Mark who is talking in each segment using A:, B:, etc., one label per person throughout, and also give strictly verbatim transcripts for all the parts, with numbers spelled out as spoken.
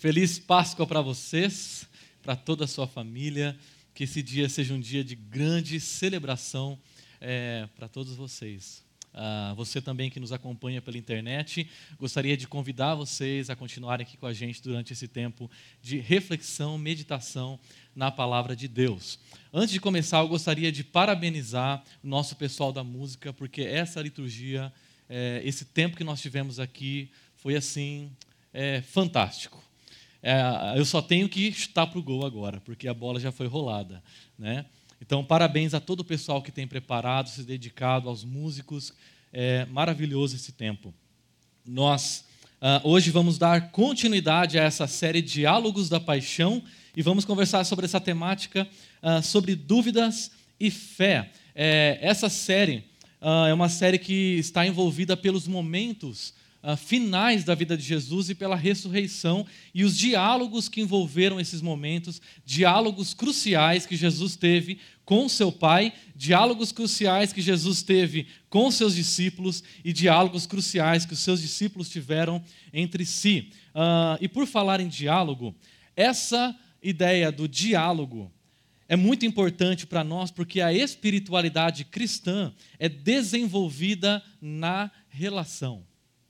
A: Feliz Páscoa para vocês, para toda a sua família. Que esse dia seja um dia de grande celebração é, para todos vocês. Ah, você também que nos acompanha pela internet, gostaria de convidar vocês a continuarem aqui com a gente durante esse tempo de reflexão, meditação na palavra de Deus. Antes de começar, eu gostaria de parabenizar o nosso pessoal da música, porque essa liturgia, é, esse tempo que nós tivemos aqui, foi assim, é, fantástico. É, eu só tenho que chutar para o gol agora, porque a bola já foi rolada, né? Então, parabéns a todo o pessoal que tem preparado, se dedicado, aos músicos. É maravilhoso esse tempo. Nós, uh, hoje, vamos dar continuidade a essa série Diálogos da Paixão e vamos conversar sobre essa temática, uh, sobre dúvidas e fé. É, essa série uh, é uma série que está envolvida pelos momentos Uh, finais da vida de Jesus e pela ressurreição e os diálogos que envolveram esses momentos, diálogos cruciais que Jesus teve com seu Pai, diálogos cruciais que Jesus teve com seus discípulos e diálogos cruciais que os seus discípulos tiveram entre si. Uh, e por falar em diálogo, essa ideia do diálogo é muito importante para nós porque a espiritualidade cristã é desenvolvida na relação.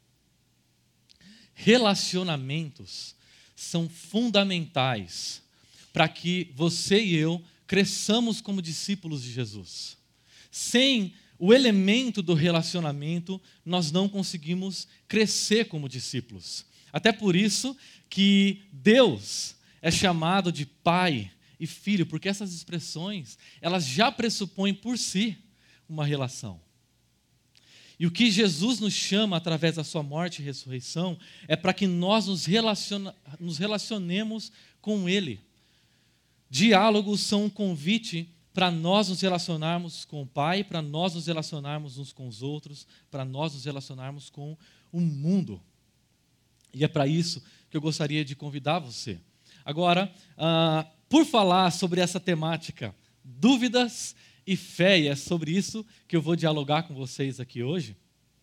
A: Relacionamentos são fundamentais para que você e eu cresçamos como discípulos de Jesus. Sem o elemento do relacionamento, nós não conseguimos crescer como discípulos. Até por isso que Deus é chamado de Pai e Filho, porque essas expressões, elas já pressupõem por si uma relação. E o que Jesus nos chama através da sua morte e ressurreição é para que nós nos, relaciona, nos relacionemos com Ele. Diálogos são um convite para nós nos relacionarmos com o Pai, para nós nos relacionarmos uns com os outros, para nós nos relacionarmos com o mundo. E é para isso que eu gostaria de convidar você. Agora, ah, por falar sobre essa temática, dúvidas e fé, e é sobre isso que eu vou dialogar com vocês aqui hoje.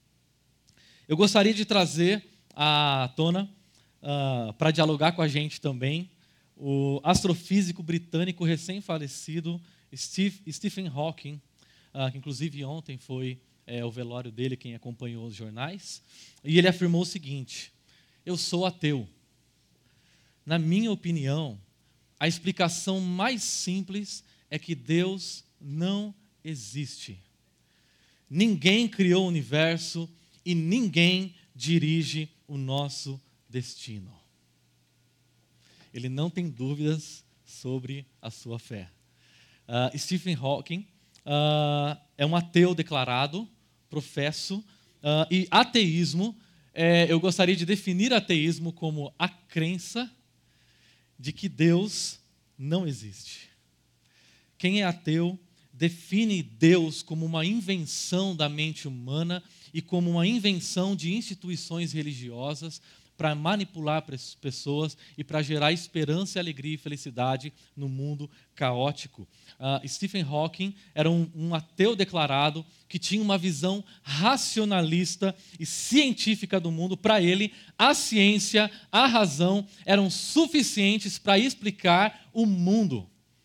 A: Eu gostaria de trazer à tona, uh, para dialogar com a gente também, o astrofísico britânico recém-falecido Steve, Stephen Hawking, uh, que inclusive ontem foi é, o velório dele, quem acompanhou os jornais, e ele afirmou o seguinte: eu sou ateu. Na minha opinião, a explicação mais simples é que Deus não existe. Ninguém criou o universo e ninguém dirige o nosso destino. Ele não tem dúvidas sobre a sua fé. Uh, Stephen Hawking uh, é um ateu declarado, professo, uh, e ateísmo, é, eu gostaria de definir ateísmo como a crença de que Deus não existe. Quem é ateu define Deus como uma invenção da mente humana e como uma invenção de instituições religiosas para manipular pessoas e para gerar esperança, alegria e felicidade no mundo caótico. Uh, Stephen Hawking era um, um ateu declarado que tinha uma visão racionalista e científica do mundo. Para ele, a ciência, a razão eram suficientes para explicar o mundo.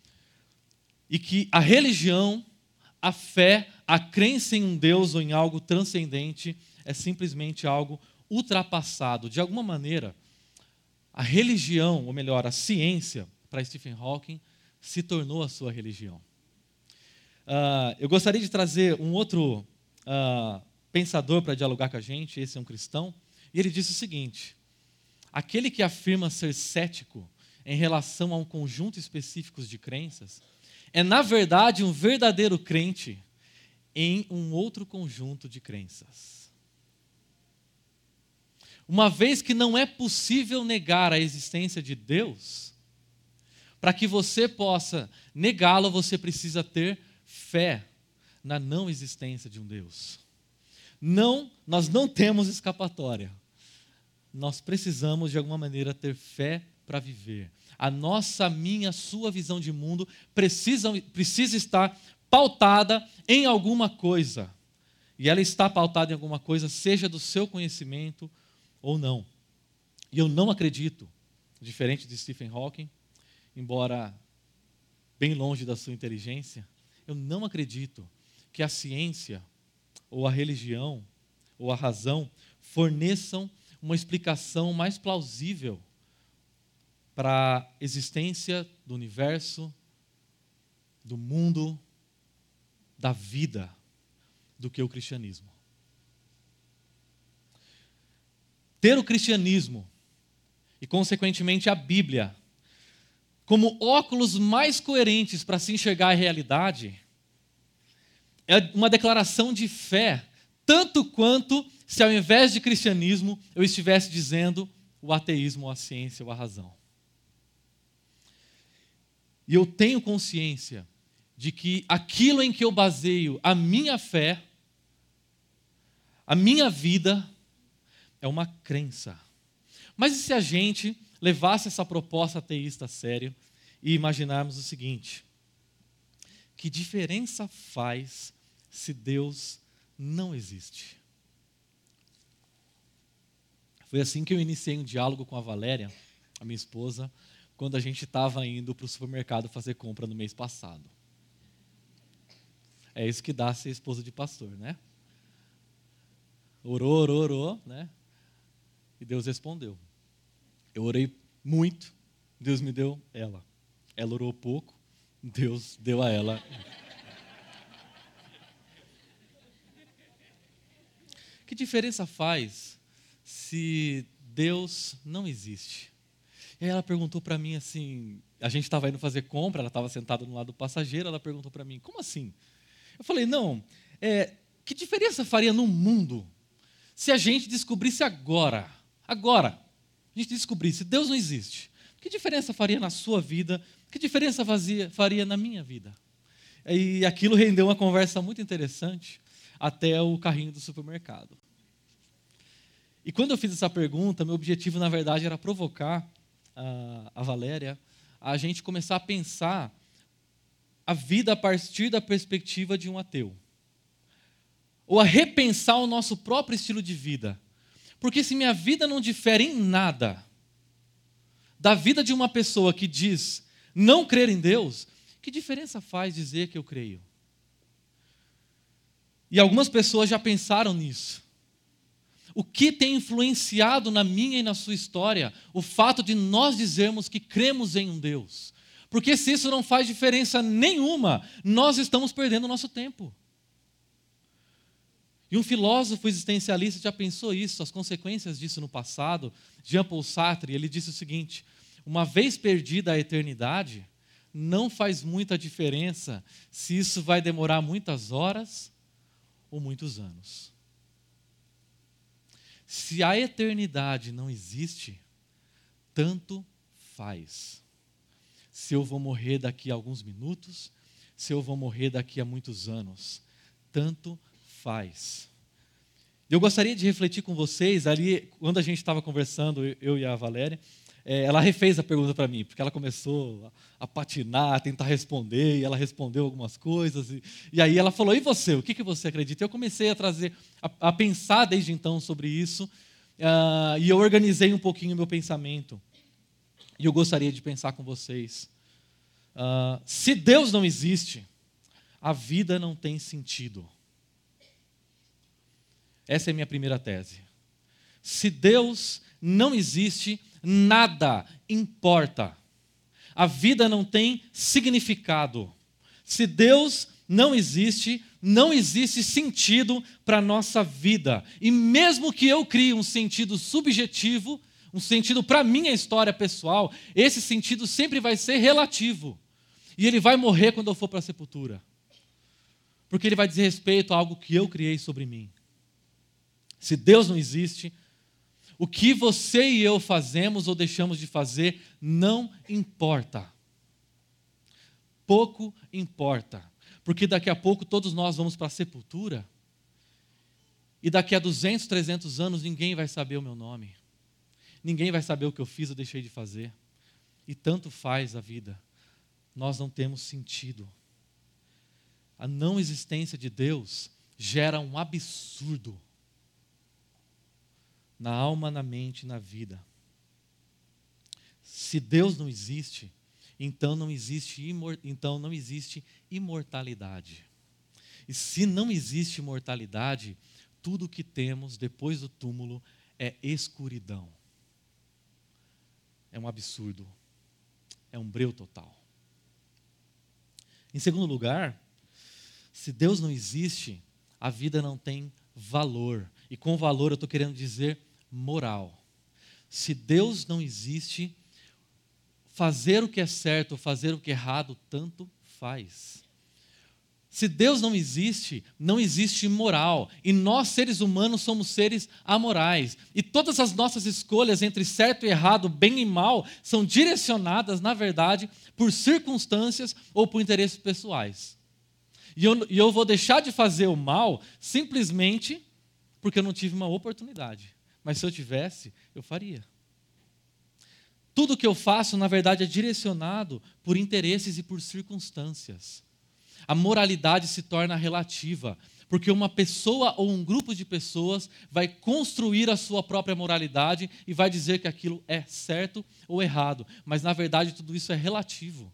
A: E que a religião, a fé, a crença em um Deus ou em algo transcendente é simplesmente algo ultrapassado. De alguma maneira, a religião, ou melhor, a ciência, para Stephen Hawking, se tornou a sua religião. Uh, eu gostaria de trazer um outro uh, pensador para dialogar com a gente, esse é um cristão, e ele disse o seguinte: aquele que afirma ser cético em relação a um conjunto específico de crenças é, na verdade, um verdadeiro crente em um outro conjunto de crenças. Uma vez que não é possível negar a existência de Deus, para que você possa negá-lo, você precisa ter fé na não existência de um Deus. Não, nós não temos escapatória. Nós precisamos, de alguma maneira, ter fé para viver. A nossa, minha, sua visão de mundo precisa, precisa estar pautada em alguma coisa. E ela está pautada em alguma coisa, seja do seu conhecimento ou não. E eu não acredito, diferente de Stephen Hawking, embora bem longe da sua inteligência, eu não acredito que a ciência, ou a religião, ou a razão forneçam uma explicação mais plausível para a existência do universo, do mundo, da vida, do que o cristianismo. Ter o cristianismo e, consequentemente, a Bíblia como óculos mais coerentes para se enxergar a realidade é uma declaração de fé, tanto quanto se ao invés de cristianismo eu estivesse dizendo o ateísmo, ou a ciência, ou a razão. E eu tenho consciência de que aquilo em que eu baseio a minha fé, a minha vida, é uma crença. Mas e se a gente levasse essa proposta ateísta a sério e imaginarmos o seguinte: que diferença faz se Deus não existe? Foi assim que eu iniciei um diálogo com a Valéria, a minha esposa, quando a gente estava indo para o supermercado fazer compra no mês passado. É isso que dá ser esposa de pastor, né? Orou, orou, orou, né? E Deus respondeu. Eu orei muito, Deus me deu ela. Ela orou pouco, Deus deu a ela. Que diferença faz se Deus não existe? E aí ela perguntou para mim assim, a gente estava indo fazer compra, ela estava sentada no lado do passageiro, ela perguntou para mim, como assim? Eu falei, não, é, que diferença faria no mundo se a gente descobrisse agora, agora, a gente descobrisse, Deus não existe. Que diferença faria na sua vida? Que diferença fazia, faria na minha vida? E aquilo rendeu uma conversa muito interessante até o carrinho do supermercado. E quando eu fiz essa pergunta, meu objetivo, na verdade, era provocar a, a Valéria a gente começar a pensar a vida a partir da perspectiva de um ateu. Ou a repensar o nosso próprio estilo de vida. Porque se minha vida não difere em nada da vida de uma pessoa que diz não crer em Deus, que diferença faz dizer que eu creio? E algumas pessoas já pensaram nisso. O que tem influenciado na minha e na sua história o fato de nós dizermos que cremos em um Deus? Porque se isso não faz diferença nenhuma, nós estamos perdendo o nosso tempo. E um filósofo existencialista já pensou isso, as consequências disso no passado, Jean-Paul Sartre, ele disse o seguinte: uma vez perdida a eternidade, não faz muita diferença se isso vai demorar muitas horas ou muitos anos. Se a eternidade não existe, tanto faz. Se eu vou morrer daqui a alguns minutos, se eu vou morrer daqui a muitos anos, tanto faz. Eu gostaria de refletir com vocês, ali, quando a gente estava conversando, eu e a Valéria, ela refez a pergunta para mim, porque ela começou a patinar, a tentar responder, e ela respondeu algumas coisas, e, e aí ela falou, e você, o que, que você acredita? Eu comecei a trazer, a, a pensar desde então sobre isso, uh, e eu organizei um pouquinho o meu pensamento, e eu gostaria de pensar com vocês. Uh, se Deus não existe, a vida não tem sentido. Essa é a minha primeira tese. Se Deus não existe, nada importa. A vida não tem significado. Se Deus não existe, não existe sentido para a nossa vida. E mesmo que eu crie um sentido subjetivo, um sentido para a minha história pessoal, esse sentido sempre vai ser relativo. E ele vai morrer quando eu for para a sepultura. Porque ele vai dizer respeito a algo que eu criei sobre mim. Se Deus não existe, o que você e eu fazemos ou deixamos de fazer não importa. Pouco importa. Porque daqui a pouco todos nós vamos para a sepultura e daqui a duzentos, trezentos anos ninguém vai saber o meu nome. Ninguém vai saber o que eu fiz ou deixei de fazer. E tanto faz a vida. Nós não temos sentido. A não existência de Deus gera um absurdo na alma, na mente, na vida. Se Deus não existe, então não existe, imor... então não existe imortalidade. E se não existe imortalidade, tudo o que temos depois do túmulo é escuridão. É um absurdo. É um breu total. Em segundo lugar, se Deus não existe, a vida não tem valor. E com valor eu estou querendo dizer moral. Se Deus não existe, fazer o que é certo ou fazer o que é errado, tanto faz. Se Deus não existe, não existe moral. E nós, seres humanos, somos seres amorais. E todas as nossas escolhas entre certo e errado, bem e mal, são direcionadas, na verdade, por circunstâncias ou por interesses pessoais. E eu, e eu vou deixar de fazer o mal simplesmente porque eu não tive uma oportunidade. Mas se eu tivesse, eu faria. Tudo que eu faço, na verdade, é direcionado por interesses e por circunstâncias. A moralidade se torna relativa, porque uma pessoa ou um grupo de pessoas vai construir a sua própria moralidade e vai dizer que aquilo é certo ou errado. Mas, na verdade, tudo isso é relativo.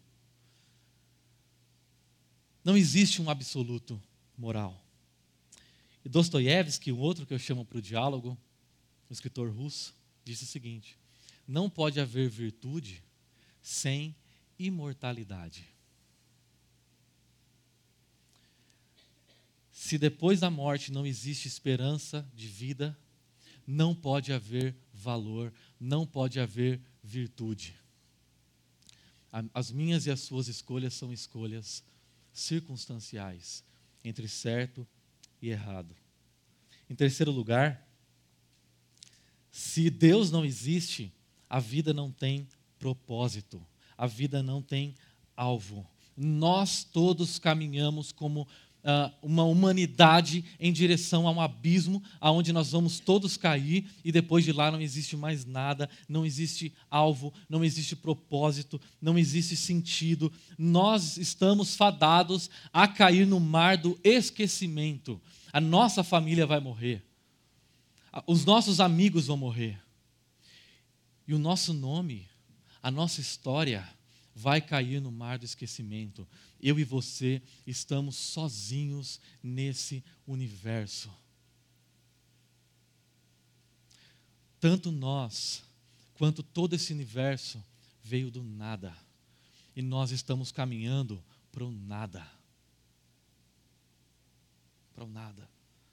A: Não existe um absoluto moral. E Dostoiévski, um outro que eu chamo para o diálogo, um escritor russo, disse o seguinte: não pode haver virtude sem imortalidade. Se depois da morte não existe esperança de vida, não pode haver valor, não pode haver virtude. As minhas e as suas escolhas são escolhas circunstanciais, entre certo e errado. Em terceiro lugar, se Deus não existe, a vida não tem propósito, a vida não tem alvo. Nós todos caminhamos como uh, uma humanidade em direção a um abismo, aonde nós vamos todos cair e depois de lá não existe mais nada, não existe alvo, não existe propósito, não existe sentido. Nós estamos fadados a cair no mar do esquecimento. A nossa família vai morrer. Os nossos amigos vão morrer. E o nosso nome, a nossa história, vai cair no mar do esquecimento. Eu e você estamos sozinhos nesse universo. Tanto nós, quanto todo esse universo veio do nada. E nós estamos caminhando para o nada. Para o nada.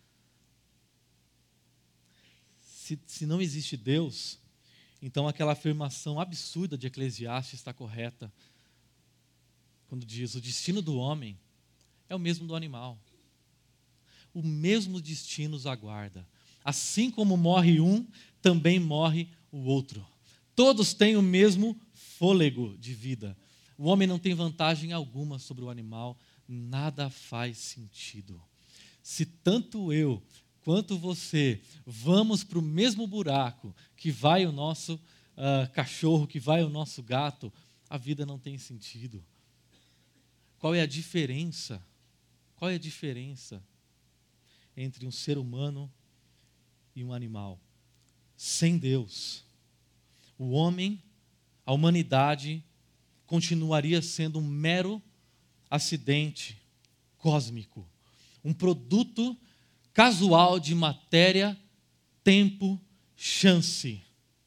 A: Se, se não existe Deus, então aquela afirmação absurda de Eclesiastes está correta, quando diz: o destino do homem é o mesmo do animal. O mesmo destino os aguarda. Assim como morre um, também morre o outro. Todos têm o mesmo fôlego de vida. O homem não tem vantagem alguma sobre o animal, nada faz sentido. Se tanto eu quanto você vamos para o mesmo buraco que vai o nosso uh, cachorro, que vai o nosso gato, a vida não tem sentido. Qual é a diferença? Qual é a diferença entre um ser humano e um animal? Sem Deus, o homem, a humanidade, continuaria sendo um mero acidente cósmico, um produto casual de matéria, tempo, chance,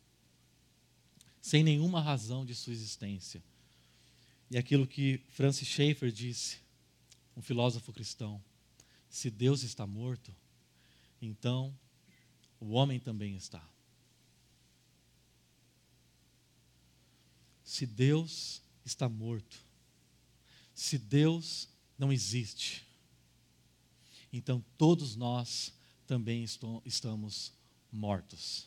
A: sem nenhuma razão de sua existência. E aquilo que Francis Schaeffer disse, um filósofo cristão: se Deus está morto, então o homem também está. Se Deus está morto, se Deus não existe, então todos nós também estamos mortos.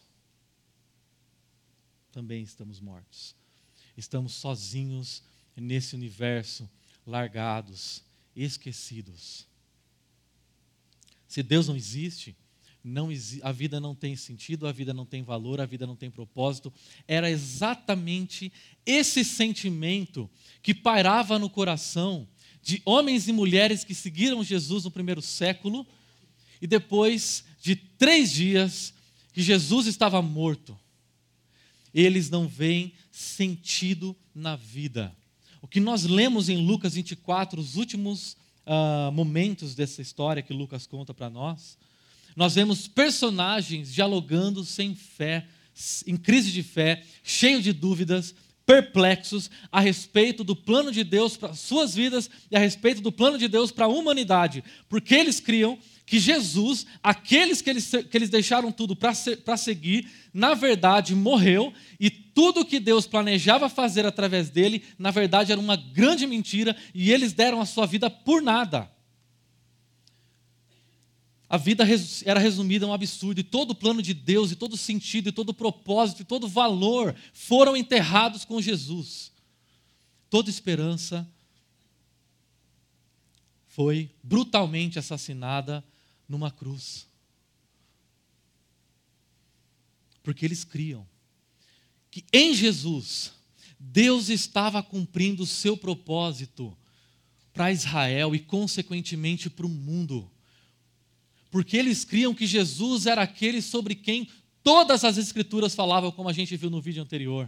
A: Também estamos mortos. Estamos sozinhos nesse universo, largados, esquecidos. Se Deus não existe, não exi- a vida não tem sentido, a vida não tem valor, a vida não tem propósito. Era exatamente esse sentimento que pairava no coração de homens e mulheres que seguiram Jesus no primeiro século, e depois de três dias que Jesus estava morto, eles não veem sentido na vida. O que nós lemos em Lucas vinte e quatro, os últimos uh, momentos dessa história que Lucas conta para nós, nós vemos personagens dialogando sem fé, em crise de fé, cheio de dúvidas, perplexos a respeito do plano de Deus para suas vidas e a respeito do plano de Deus para a humanidade, porque eles criam que Jesus, aqueles que eles, que eles deixaram tudo para se, para seguir, na verdade morreu, e tudo que Deus planejava fazer através dele, na verdade era uma grande mentira, e eles deram a sua vida por nada. A vida era resumida em um absurdo, e todo o plano de Deus, e todo o sentido, e todo o propósito, e todo o valor foram enterrados com Jesus. Toda esperança foi brutalmente assassinada numa cruz. Porque eles criam que em Jesus, Deus estava cumprindo o seu propósito para Israel e, consequentemente, para o mundo. Porque eles criam que Jesus era aquele sobre quem todas as Escrituras falavam, como a gente viu no vídeo anterior.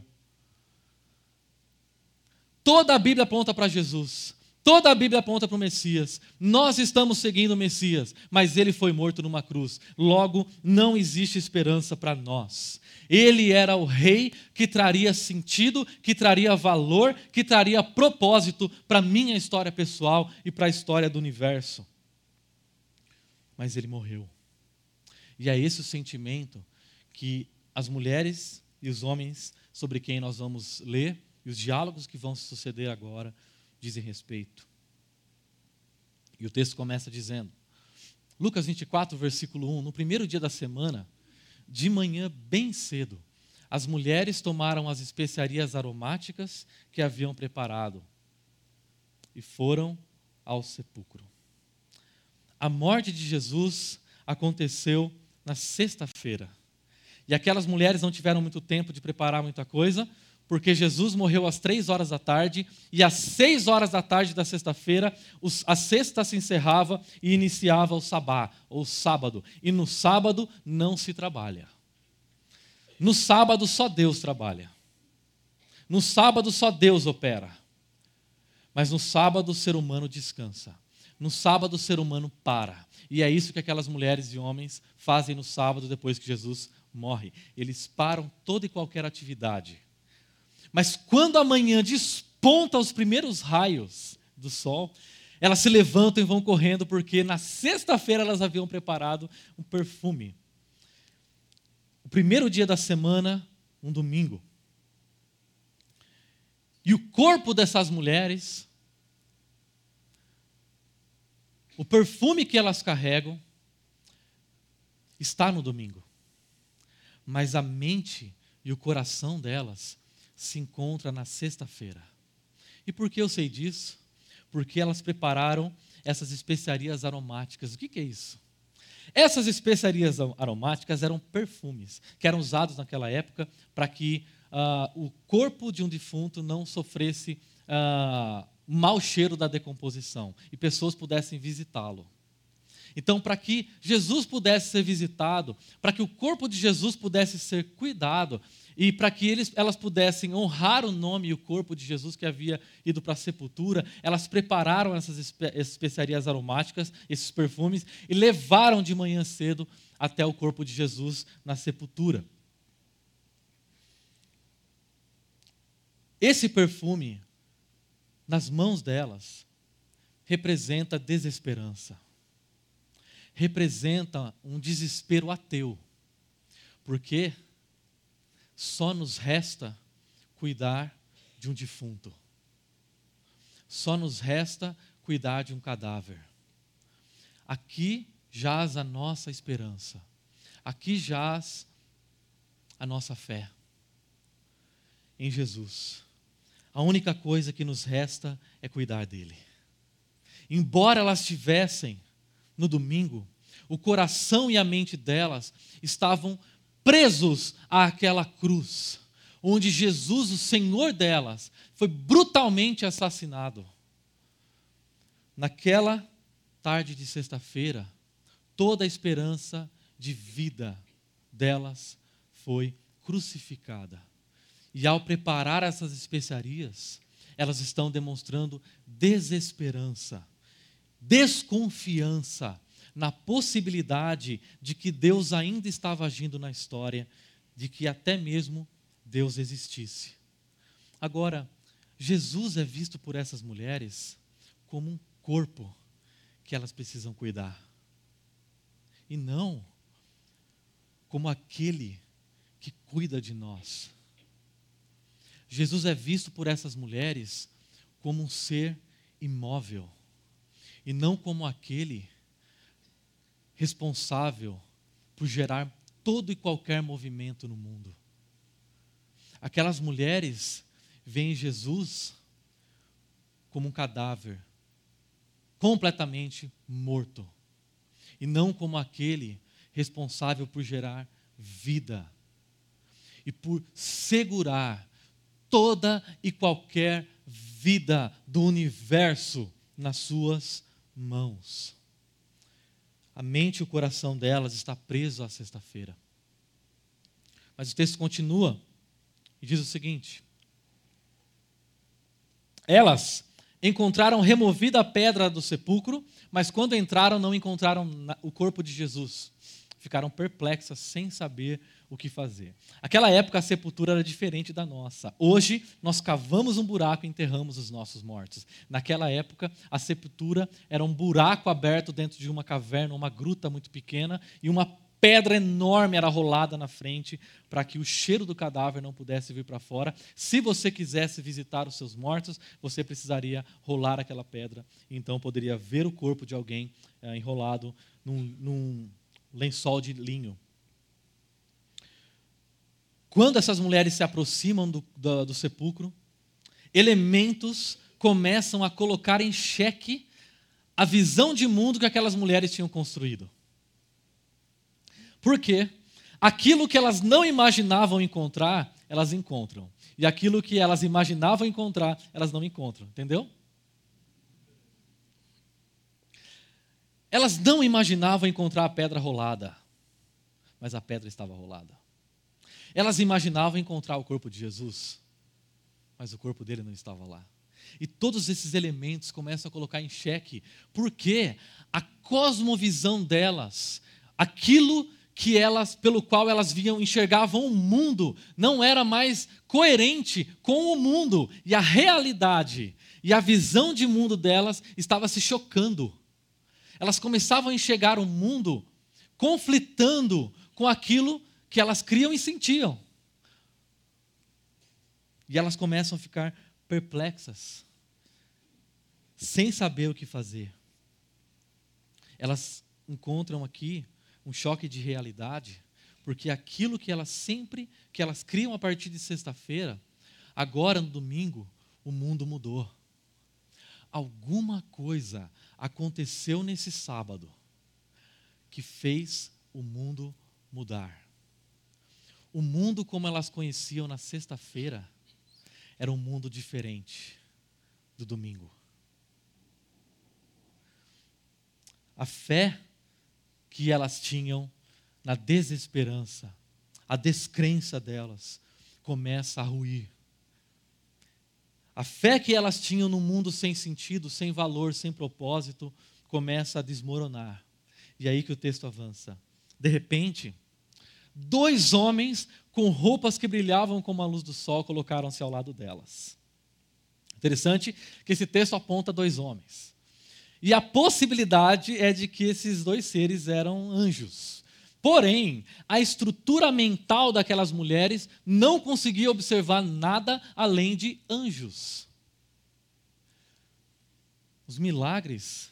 A: Toda a Bíblia aponta para Jesus. Toda a Bíblia aponta para o Messias. Nós estamos seguindo o Messias, mas ele foi morto numa cruz. Logo, não existe esperança para nós. Ele era o rei que traria sentido, que traria valor, que traria propósito para a minha história pessoal e para a história do universo. Mas ele morreu. E é esse o sentimento que as mulheres e os homens sobre quem nós vamos ler e os diálogos que vão se suceder agora dizem respeito. E o texto começa dizendo, Lucas vinte e quatro, versículo um, no primeiro dia da semana, de manhã bem cedo, as mulheres tomaram as especiarias aromáticas que haviam preparado e foram ao sepulcro. A morte de Jesus aconteceu na sexta-feira. E aquelas mulheres não tiveram muito tempo de preparar muita coisa, porque Jesus morreu às três horas da tarde, e às seis horas da tarde da sexta-feira, a sexta se encerrava e iniciava o sabá, ou sábado. E no sábado não se trabalha. No sábado só Deus trabalha. No sábado só Deus opera. Mas no sábado o ser humano descansa. No sábado o ser humano para. E é isso que aquelas mulheres e homens fazem no sábado depois que Jesus morre. Eles param toda e qualquer atividade. Mas quando a manhã desponta os primeiros raios do sol, elas se levantam e vão correndo, porque na sexta-feira elas haviam preparado um perfume. O primeiro dia da semana, um domingo. E o corpo dessas mulheres, o perfume que elas carregam, está no domingo. Mas a mente e o coração delas se encontra na sexta-feira. E por que eu sei disso? Porque elas prepararam essas especiarias aromáticas. O que, que é isso? Essas especiarias aromáticas eram perfumes, que eram usados naquela época para que uh, o corpo de um defunto não sofresse uh, mau cheiro da decomposição e pessoas pudessem visitá-lo. Então, para que Jesus pudesse ser visitado, para que o corpo de Jesus pudesse ser cuidado, e para que eles, elas pudessem honrar o nome e o corpo de Jesus que havia ido para a sepultura, elas prepararam essas espe- especiarias aromáticas, esses perfumes, e levaram de manhã cedo até o corpo de Jesus na sepultura. Esse perfume, nas mãos delas, representa desesperança. Representa um desespero ateu. Porque só nos resta cuidar de um defunto. Só nos resta cuidar de um cadáver. Aqui jaz a nossa esperança. Aqui jaz a nossa fé em Jesus. A única coisa que nos resta é cuidar dele. Embora elas tivessem, no domingo, o coração e a mente delas estavam presos àquela cruz, onde Jesus, o Senhor delas, foi brutalmente assassinado. Naquela tarde de sexta-feira, toda a esperança de vida delas foi crucificada. E ao preparar essas especiarias, elas estão demonstrando desesperança, desconfiança na possibilidade de que Deus ainda estava agindo na história, de que até mesmo Deus existisse. Agora, Jesus é visto por essas mulheres como um corpo que elas precisam cuidar. E não como aquele que cuida de nós. Jesus é visto por essas mulheres como um ser imóvel e não como aquele responsável por gerar todo e qualquer movimento no mundo. Aquelas mulheres veem Jesus como um cadáver completamente morto e não como aquele responsável por gerar vida e por segurar toda e qualquer vida do universo nas suas mãos. A mente e o coração delas está preso à sexta-feira. Mas o texto continua e diz o seguinte: elas encontraram removida a pedra do sepulcro, mas quando entraram não encontraram o corpo de Jesus. Ficaram perplexas, sem saber o que fazer. Aquela época a sepultura era diferente da nossa. Hoje nós cavamos um buraco e enterramos os nossos mortos. Naquela época a sepultura era um buraco aberto dentro de uma caverna, uma gruta muito pequena, e uma pedra enorme era rolada na frente para que o cheiro do cadáver não pudesse vir para fora. Se você quisesse visitar os seus mortos, você precisaria rolar aquela pedra, e então poderia ver o corpo de alguém é, enrolado num, num lençol de linho. Quando essas mulheres se aproximam do, do, do sepulcro, elementos começam a colocar em xeque a visão de mundo que aquelas mulheres tinham construído. Porque aquilo que elas não imaginavam encontrar, elas encontram. E aquilo que elas imaginavam encontrar, elas não encontram. Entendeu? Elas não imaginavam encontrar a pedra rolada, mas a pedra estava rolada. Elas imaginavam encontrar o corpo de Jesus, mas o corpo dele não estava lá. E todos esses elementos começam a colocar em xeque, porque a cosmovisão delas, aquilo que elas, pelo qual elas viam, enxergavam o mundo, não era mais coerente com o mundo, e a realidade e a visão de mundo delas estava se chocando. Elas começavam a enxergar o mundo conflitando com aquilo que elas criam e sentiam. E elas começam a ficar perplexas, sem saber o que fazer. Elas encontram aqui um choque de realidade, porque aquilo que elas sempre, que elas criam a partir de sexta-feira, agora no domingo, o mundo mudou. Alguma coisa aconteceu nesse sábado que fez o mundo mudar. O mundo como elas conheciam na sexta-feira era um mundo diferente do domingo. A fé que elas tinham na desesperança, a descrença delas começa a ruir. A fé que elas tinham no mundo sem sentido, sem valor, sem propósito, começa a desmoronar. E aí que o texto avança. De repente, dois homens com roupas que brilhavam como a luz do sol colocaram-se ao lado delas. Interessante que esse texto aponta dois homens. E a possibilidade é de que esses dois seres eram anjos. Porém, a estrutura mental daquelas mulheres não conseguia observar nada além de anjos. Os milagres,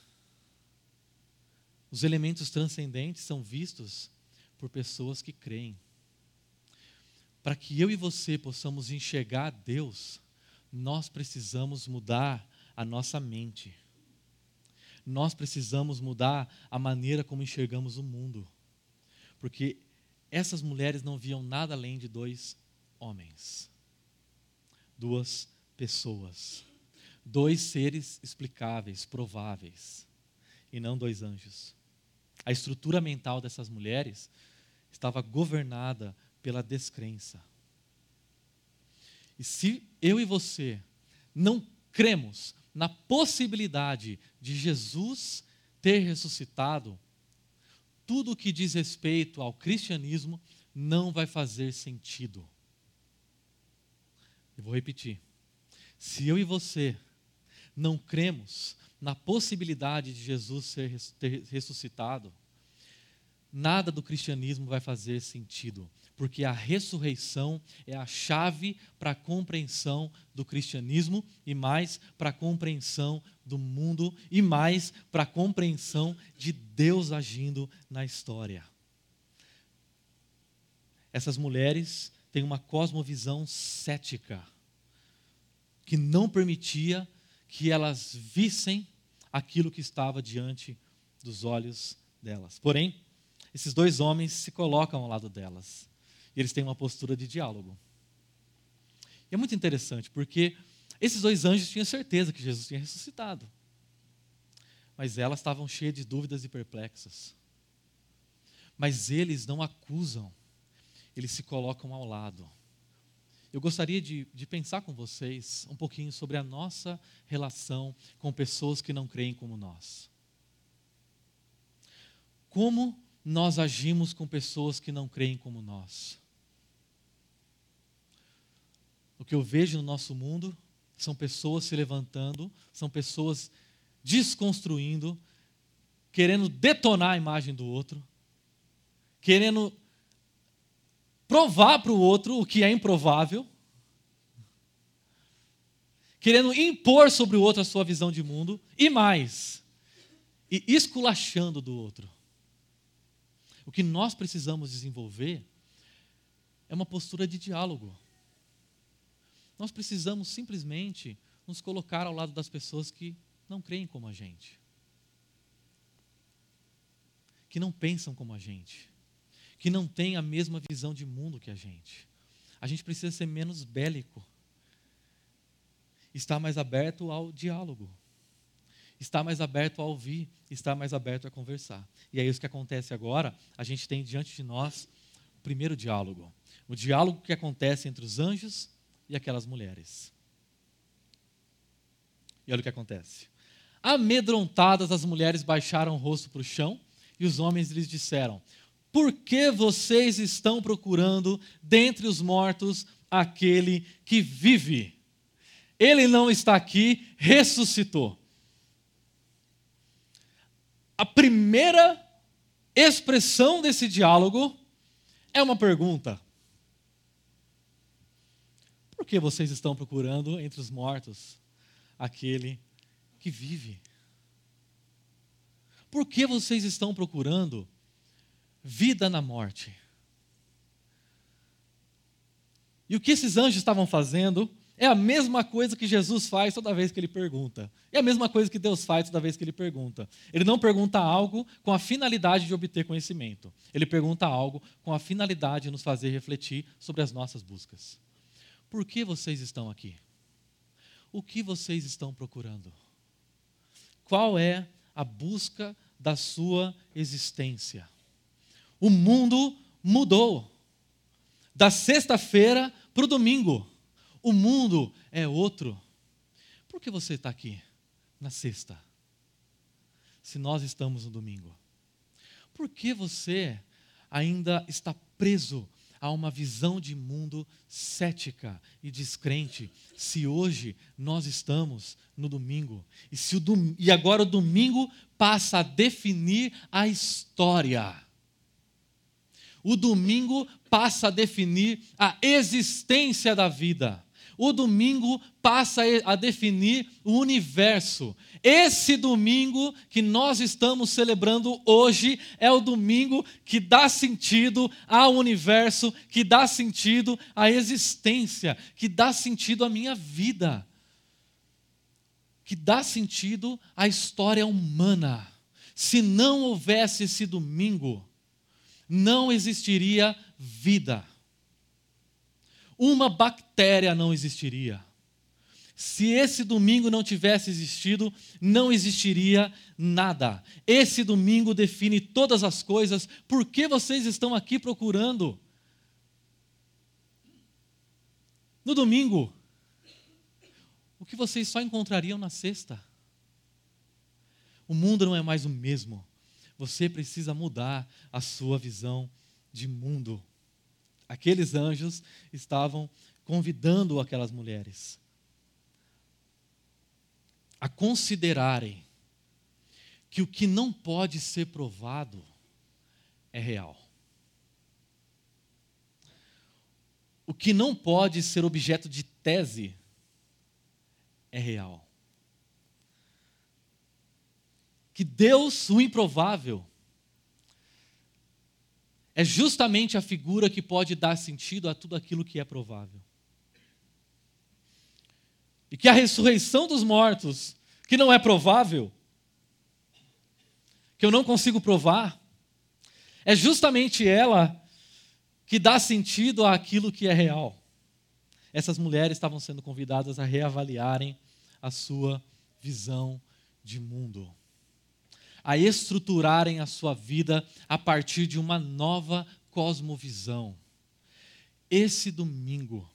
A: os elementos transcendentes são vistos por pessoas que creem. Para que eu e você possamos enxergar Deus, nós precisamos mudar a nossa mente. Nós precisamos mudar a maneira como enxergamos o mundo. Porque essas mulheres não viam nada além de dois homens. Duas pessoas. Dois seres explicáveis, prováveis. E não dois anjos. A estrutura mental dessas mulheres estava governada pela descrença. E se eu e você não cremos na possibilidade de Jesus ter ressuscitado, tudo o que diz respeito ao cristianismo não vai fazer sentido. Eu vou repetir. Se eu e você não cremos na possibilidade de Jesus ser, ter ressuscitado, nada do cristianismo vai fazer sentido, porque a ressurreição é a chave para a compreensão do cristianismo e mais para a compreensão do mundo e mais para a compreensão de Deus agindo na história. Essas mulheres têm uma cosmovisão cética que não permitia que elas vissem aquilo que estava diante dos olhos delas. Porém, esses dois homens se colocam ao lado delas. E eles têm uma postura de diálogo. E é muito interessante, porque esses dois anjos tinham certeza que Jesus tinha ressuscitado. Mas elas estavam cheias de dúvidas e perplexas. Mas eles não acusam, eles se colocam ao lado. Eu gostaria de, de pensar com vocês um pouquinho sobre a nossa relação com pessoas que não creem como nós. Como nós agimos com pessoas que não creem como nós? O que eu vejo no nosso mundo são pessoas se levantando, são pessoas desconstruindo, querendo detonar a imagem do outro, querendo provar para o outro o que é improvável, querendo impor sobre o outro a sua visão de mundo, e mais, e esculachando do outro. O que nós precisamos desenvolver é uma postura de diálogo. Nós precisamos simplesmente nos colocar ao lado das pessoas que não creem como a gente, que não pensam como a gente, que não têm a mesma visão de mundo que a gente. A gente precisa ser menos bélico, estar mais aberto ao diálogo, estar mais aberto a ouvir, estar mais aberto a conversar. E é isso que acontece agora. A gente tem diante de nós o primeiro diálogo, o diálogo que acontece entre os anjos e aquelas mulheres. E olha o que acontece. Amedrontadas, as mulheres baixaram o rosto para o chão e os homens lhes disseram: por que vocês estão procurando dentre os mortos aquele que vive? Ele não está aqui, ressuscitou. A primeira expressão desse diálogo é uma pergunta. Por que vocês estão procurando entre os mortos aquele que vive? Por que vocês estão procurando vida na morte? E o que esses anjos estavam fazendo é a mesma coisa que Jesus faz toda vez que ele pergunta. É a mesma coisa que Deus faz toda vez que ele pergunta. Ele não pergunta algo com a finalidade de obter conhecimento. Ele pergunta algo com a finalidade de nos fazer refletir sobre as nossas buscas. Por que vocês estão aqui? O que vocês estão procurando? Qual é a busca da sua existência? O mundo mudou. Da sexta-feira para o domingo. O mundo é outro. Por que você está aqui na sexta, se nós estamos no domingo? Por que você ainda está preso a uma visão de mundo cética e descrente, se hoje nós estamos no domingo? E, se o dom... e agora o domingo passa a definir a história. O domingo passa a definir a existência da vida. O domingo passa a definir o universo. Esse domingo que nós estamos celebrando hoje é o domingo que dá sentido ao universo, que dá sentido à existência, que dá sentido à minha vida, que dá sentido à história humana. Se não houvesse esse domingo, não existiria vida. Uma bactéria não existiria. Se esse domingo não tivesse existido, não existiria nada. Esse domingo define todas as coisas. Por que vocês estão aqui procurando? no domingo o que vocês só encontrariam na sexta. O mundo não é mais o mesmo. Você precisa mudar a sua visão de mundo. Aqueles anjos estavam convidando aquelas mulheres a considerarem que o que não pode ser provado é real. O que não pode ser objeto de tese é real. Que Deus, o improvável, é justamente a figura que pode dar sentido a tudo aquilo que é provável. E que a ressurreição dos mortos, que não é provável, que eu não consigo provar, é justamente ela que dá sentido àquilo que é real. Essas mulheres estavam sendo convidadas a reavaliarem a sua visão de mundo, a estruturarem a sua vida a partir de uma nova cosmovisão. Esse domingo,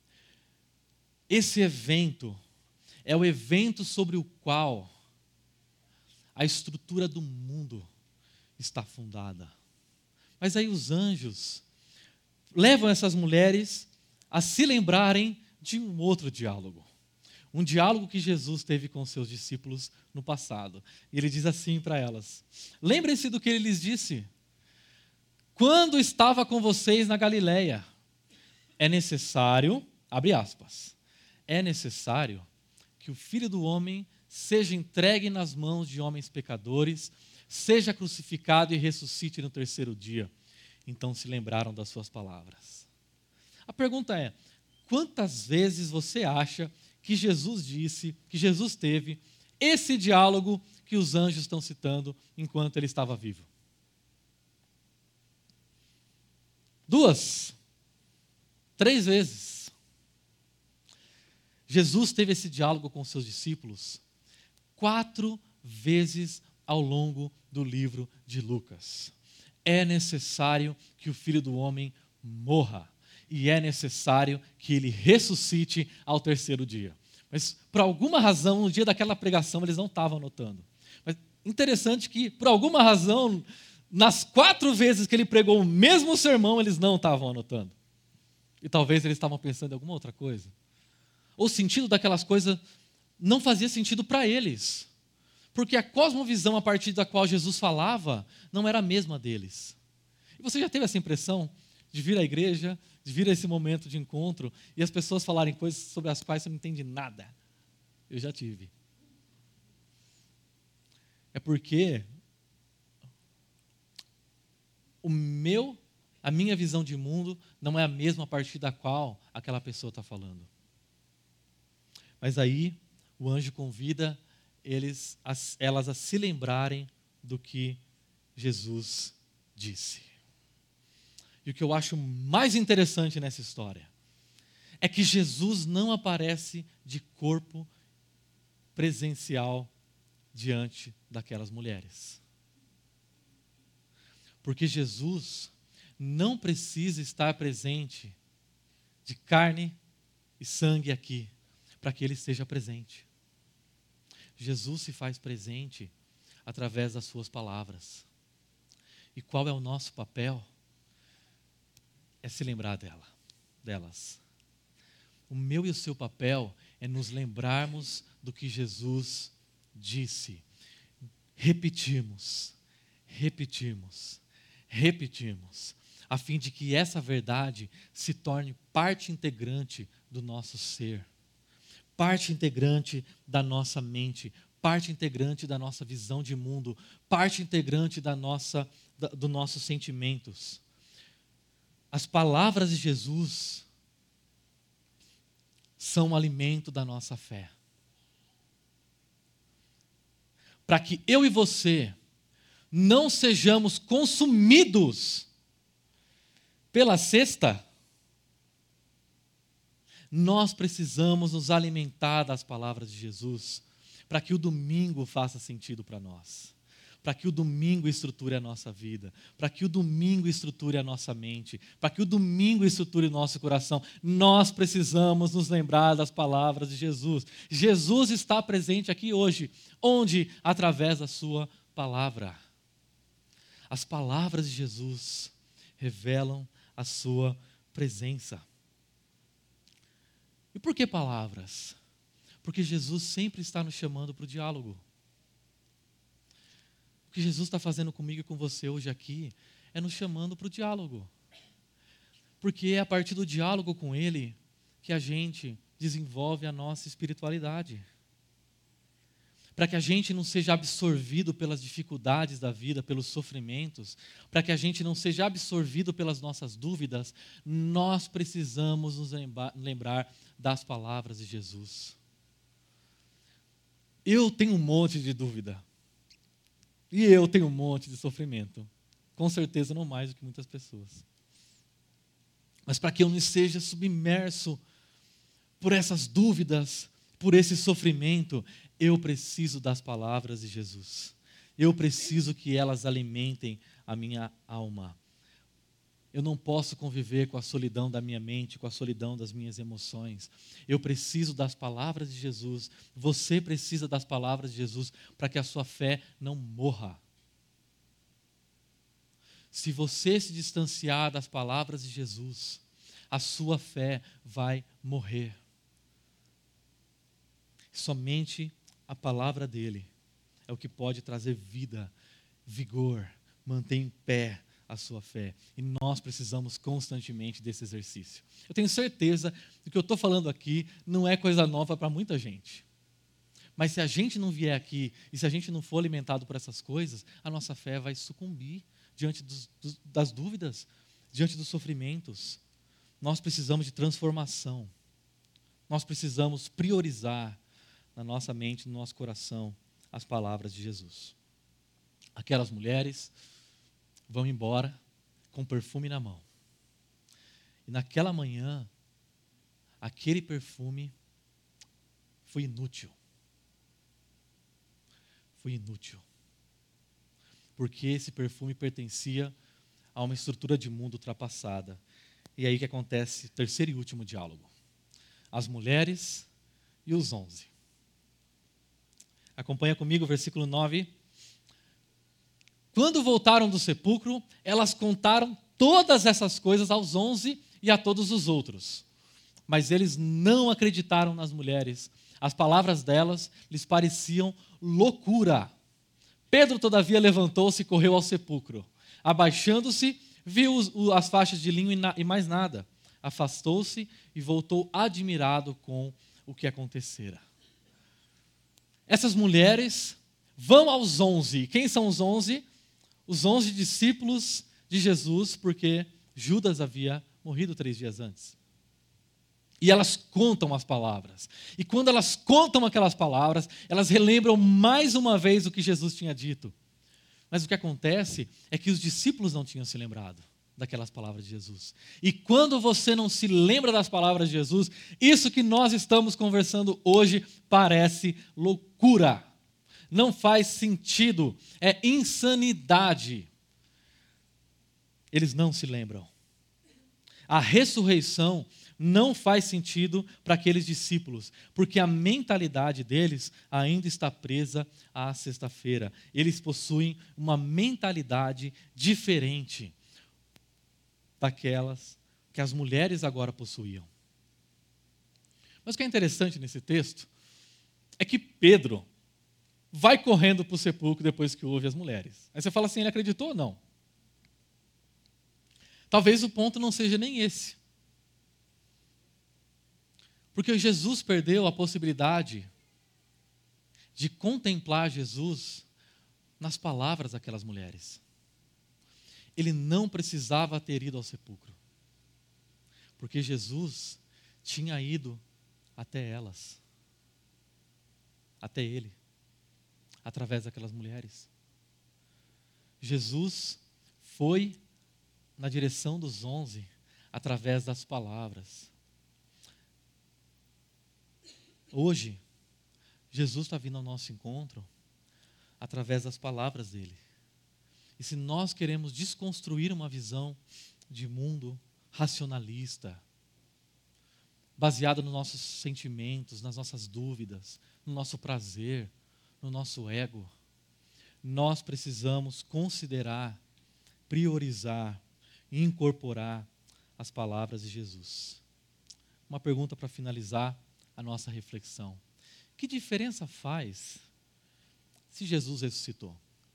A: esse evento, é o evento sobre o qual a estrutura do mundo está fundada. Mas aí os anjos levam essas mulheres a se lembrarem de um outro diálogo. Um diálogo que Jesus teve com os seus discípulos no passado. E ele diz assim para elas: lembrem-se do que ele lhes disse. Quando estava com vocês na Galileia, é necessário, abre aspas, é necessário que o Filho do Homem seja entregue nas mãos de homens pecadores, seja crucificado e ressuscite no terceiro dia. Então se lembraram das suas palavras. A pergunta é: quantas vezes você acha que Jesus disse, que Jesus teve esse diálogo que os anjos estão citando enquanto ele estava vivo? Duas, três vezes. Jesus teve esse diálogo com seus discípulos quatro vezes ao longo do livro de Lucas. É necessário que o Filho do Homem morra. E é necessário que ele ressuscite ao terceiro dia. Mas, por alguma razão, no dia daquela pregação, eles não estavam anotando. Mas interessante que, por alguma razão, nas quatro vezes que ele pregou o mesmo sermão, eles não estavam anotando. E talvez eles estavam pensando em alguma outra coisa. Ou o sentido daquelas coisas não fazia sentido para eles. Porque a cosmovisão a partir da qual Jesus falava não era a mesma deles. E você já teve essa impressão de vir à igreja, de vir a esse momento de encontro e as pessoas falarem coisas sobre as quais você não entende nada? Eu já tive. É porque o meu, a minha visão de mundo não é a mesma a partir da qual aquela pessoa está falando. Mas aí o anjo convida eles, elas a se lembrarem do que Jesus disse. E o que eu acho mais interessante nessa história é que Jesus não aparece de corpo presencial diante daquelas mulheres. Porque Jesus não precisa estar presente de carne e sangue aqui para que ele esteja presente. Jesus se faz presente através das suas palavras. E qual é o nosso papel? É se lembrar dela, delas. O meu e o seu papel é nos lembrarmos do que Jesus disse. Repetimos, repetimos, repetimos, a fim de que essa verdade se torne parte integrante do nosso ser, parte integrante da nossa mente, parte integrante da nossa visão de mundo, parte integrante da nossa, da, dos nossos sentimentos. As palavras de Jesus são o alimento da nossa fé. Para que eu e você não sejamos consumidos pela cesta, nós precisamos nos alimentar das palavras de Jesus, para que o domingo faça sentido para nós. para que o domingo estruture a nossa vida, para que o domingo estruture a nossa mente, para que o domingo estruture o nosso coração. Nós precisamos nos lembrar das palavras de Jesus. Jesus está presente aqui hoje. Onde? Através da sua palavra. As palavras de Jesus revelam a sua presença. E por que palavras? Porque Jesus sempre está nos chamando para o diálogo. O que Jesus está fazendo comigo e com você hoje aqui é nos chamando para o diálogo. Porque é a partir do diálogo com Ele que a gente desenvolve a nossa espiritualidade. Para que a gente não seja absorvido pelas dificuldades da vida, pelos sofrimentos, para que a gente não seja absorvido pelas nossas dúvidas, nós precisamos nos lembrar das palavras de Jesus. Eu tenho um monte de dúvida. E eu tenho um monte de sofrimento. Com certeza não mais do que muitas pessoas. Mas para que eu não seja submerso por essas dúvidas, por esse sofrimento, eu preciso das palavras de Jesus. Eu preciso que elas alimentem a minha alma. Eu não posso conviver com a solidão da minha mente, com a solidão das minhas emoções. Eu preciso das palavras de Jesus. Você precisa das palavras de Jesus para que a sua fé não morra. Se você se distanciar das palavras de Jesus, a sua fé vai morrer. Somente a palavra dele é o que pode trazer vida, vigor, manter em pé a sua fé. E nós precisamos constantemente desse exercício. Eu tenho certeza que o que eu estou falando aqui não é coisa nova para muita gente. Mas se a gente não vier aqui e se a gente não for alimentado por essas coisas, a nossa fé vai sucumbir diante dos, dos, das dúvidas, diante dos sofrimentos. Nós precisamos de transformação. Nós precisamos priorizar na nossa mente, no nosso coração, as palavras de Jesus. Aquelas mulheres vão embora com perfume na mão. E naquela manhã, aquele perfume foi inútil. Foi inútil. Porque esse perfume pertencia a uma estrutura de mundo ultrapassada. E aí que acontece o terceiro e último diálogo. As mulheres e os onze. Acompanha comigo o versículo nove. Quando voltaram do sepulcro, elas contaram todas essas coisas aos onze e a todos os outros. Mas eles não acreditaram nas mulheres. As palavras delas lhes pareciam loucura. Pedro, todavia, levantou-se e correu ao sepulcro. Abaixando-se, viu os, as faixas de linho e, na, e mais nada. Afastou-se e voltou admirado com o que acontecera. Essas mulheres vão aos onze. Quem são os onze? Os onze discípulos de Jesus, porque Judas havia morrido três dias antes. E elas contam as palavras. E quando elas contam aquelas palavras, elas relembram mais uma vez o que Jesus tinha dito. Mas o que acontece é que os discípulos não tinham se lembrado daquelas palavras de Jesus. E quando você não se lembra das palavras de Jesus, isso que nós estamos conversando hoje parece loucura. Não faz sentido, é insanidade. Eles não se lembram. A ressurreição não faz sentido para aqueles discípulos, porque a mentalidade deles ainda está presa à sexta-feira. Eles possuem uma mentalidade diferente daquelas que as mulheres agora possuíam. Mas o que é interessante nesse texto é que Pedro vai correndo para o sepulcro depois que ouve as mulheres. Aí você fala assim, ele acreditou ou não? Talvez o ponto não seja nem esse. Porque Jesus perdeu a possibilidade de contemplar Jesus nas palavras daquelas mulheres. Ele não precisava ter ido ao sepulcro. Porque Jesus tinha ido até elas. Até ele. Através daquelas mulheres. Jesus foi na direção dos onze, através das palavras. Hoje, Jesus está vindo ao nosso encontro através das palavras dele. E se nós queremos desconstruir uma visão de mundo racionalista, baseada nos nossos sentimentos, nas nossas dúvidas, no nosso prazer, no nosso ego, nós precisamos considerar, priorizar e incorporar as palavras de Jesus. Uma pergunta para finalizar a nossa reflexão. Que diferença faz se Jesus ressuscitou?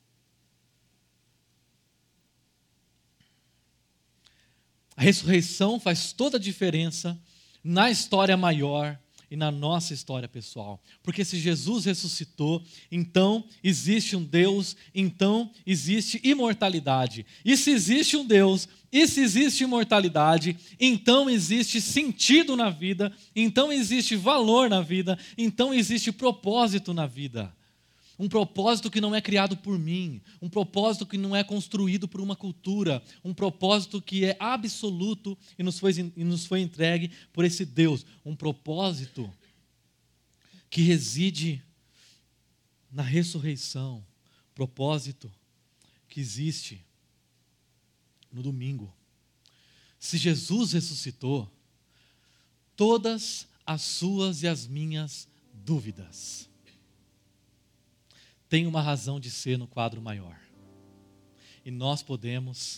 A: A ressurreição faz toda a diferença na história maior e na nossa história pessoal. Porque se Jesus ressuscitou, então existe um Deus, então existe imortalidade. E se existe um Deus, e se existe imortalidade, então existe sentido na vida, então existe valor na vida, então existe propósito na vida. Um propósito que não é criado por mim, um propósito que não é construído por uma cultura, um propósito que é absoluto e nos foi, e nos foi entregue por esse Deus. Um propósito que reside na ressurreição, propósito que existe no domingo. Se Jesus ressuscitou, todas as suas e as minhas dúvidas tem uma razão de ser no quadro maior. E nós podemos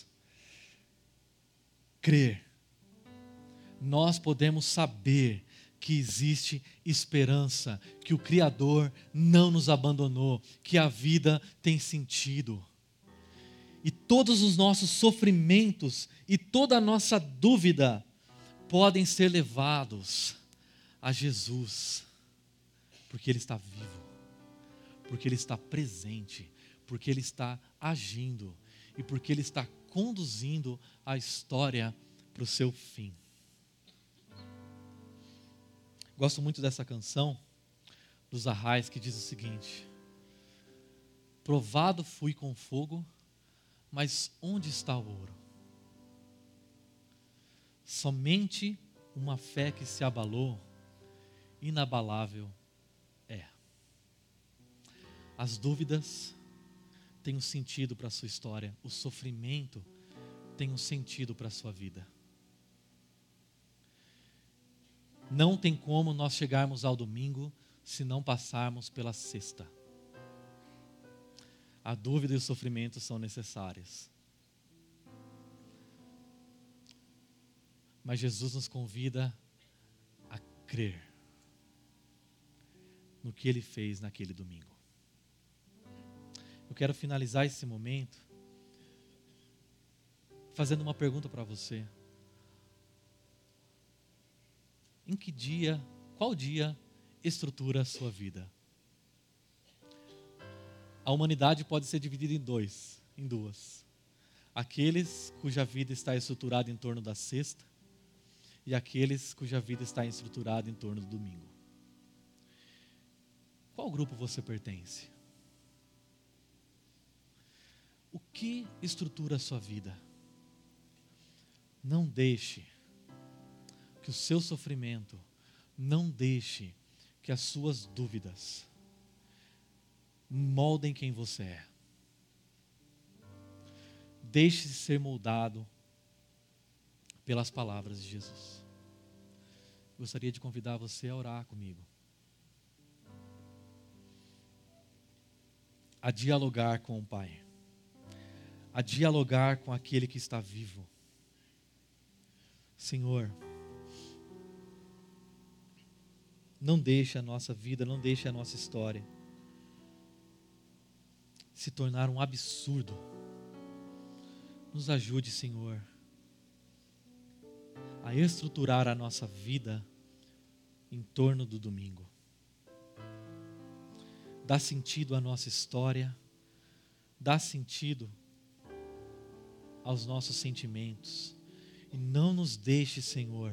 A: crer, nós podemos saber que existe esperança, que o Criador não nos abandonou, que a vida tem sentido. E todos os nossos sofrimentos e toda a nossa dúvida podem ser levados a Jesus, porque Ele está vivo, porque Ele está presente, porque Ele está agindo e porque Ele está conduzindo a história para o seu fim. Gosto muito dessa canção dos Arrais que diz o seguinte: provado fui com fogo, mas onde está o ouro? Somente uma fé que se abalou, inabalável é. As dúvidas têm um sentido para a sua história, o sofrimento tem um sentido para a sua vida. Não tem como nós chegarmos ao domingo se não passarmos pela sexta. A dúvida e o sofrimento são necessários. Mas Jesus nos convida a crer no que Ele fez naquele domingo. Eu quero finalizar esse momento fazendo uma pergunta para você. Em que dia, qual dia estrutura a sua vida? A humanidade pode ser dividida em dois, em duas. Aqueles cuja vida está estruturada em torno da sexta e aqueles cuja vida está estruturada em torno do domingo. Qual grupo você pertence? O que estrutura a sua vida? Não deixe que o seu sofrimento, não deixe que as suas dúvidas moldem quem você é. Deixe-se ser moldado pelas palavras de Jesus. Gostaria de convidar você a orar comigo, a dialogar com o Pai, a dialogar com aquele que está vivo. Senhor, não deixe a nossa vida, não deixe a nossa história se tornar um absurdo. Nos ajude, Senhor, a estruturar a nossa vida em torno do domingo. Dá sentido à nossa história, dá sentido aos nossos sentimentos. E não nos deixe, Senhor,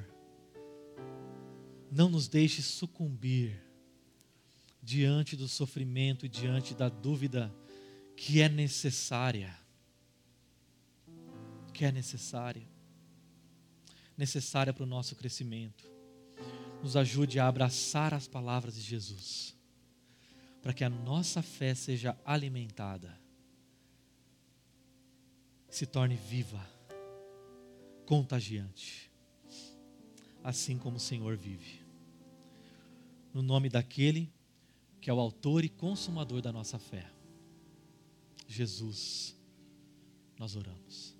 A: não nos deixe sucumbir diante do sofrimento e diante da dúvida que é necessária. Que é necessária. Necessária para o nosso crescimento. Nos ajude a abraçar as palavras de Jesus. para que a nossa fé seja alimentada, se torne viva, contagiante, assim como o Senhor vive. No nome daquele que é o autor e consumador da nossa fé, Jesus, nós oramos.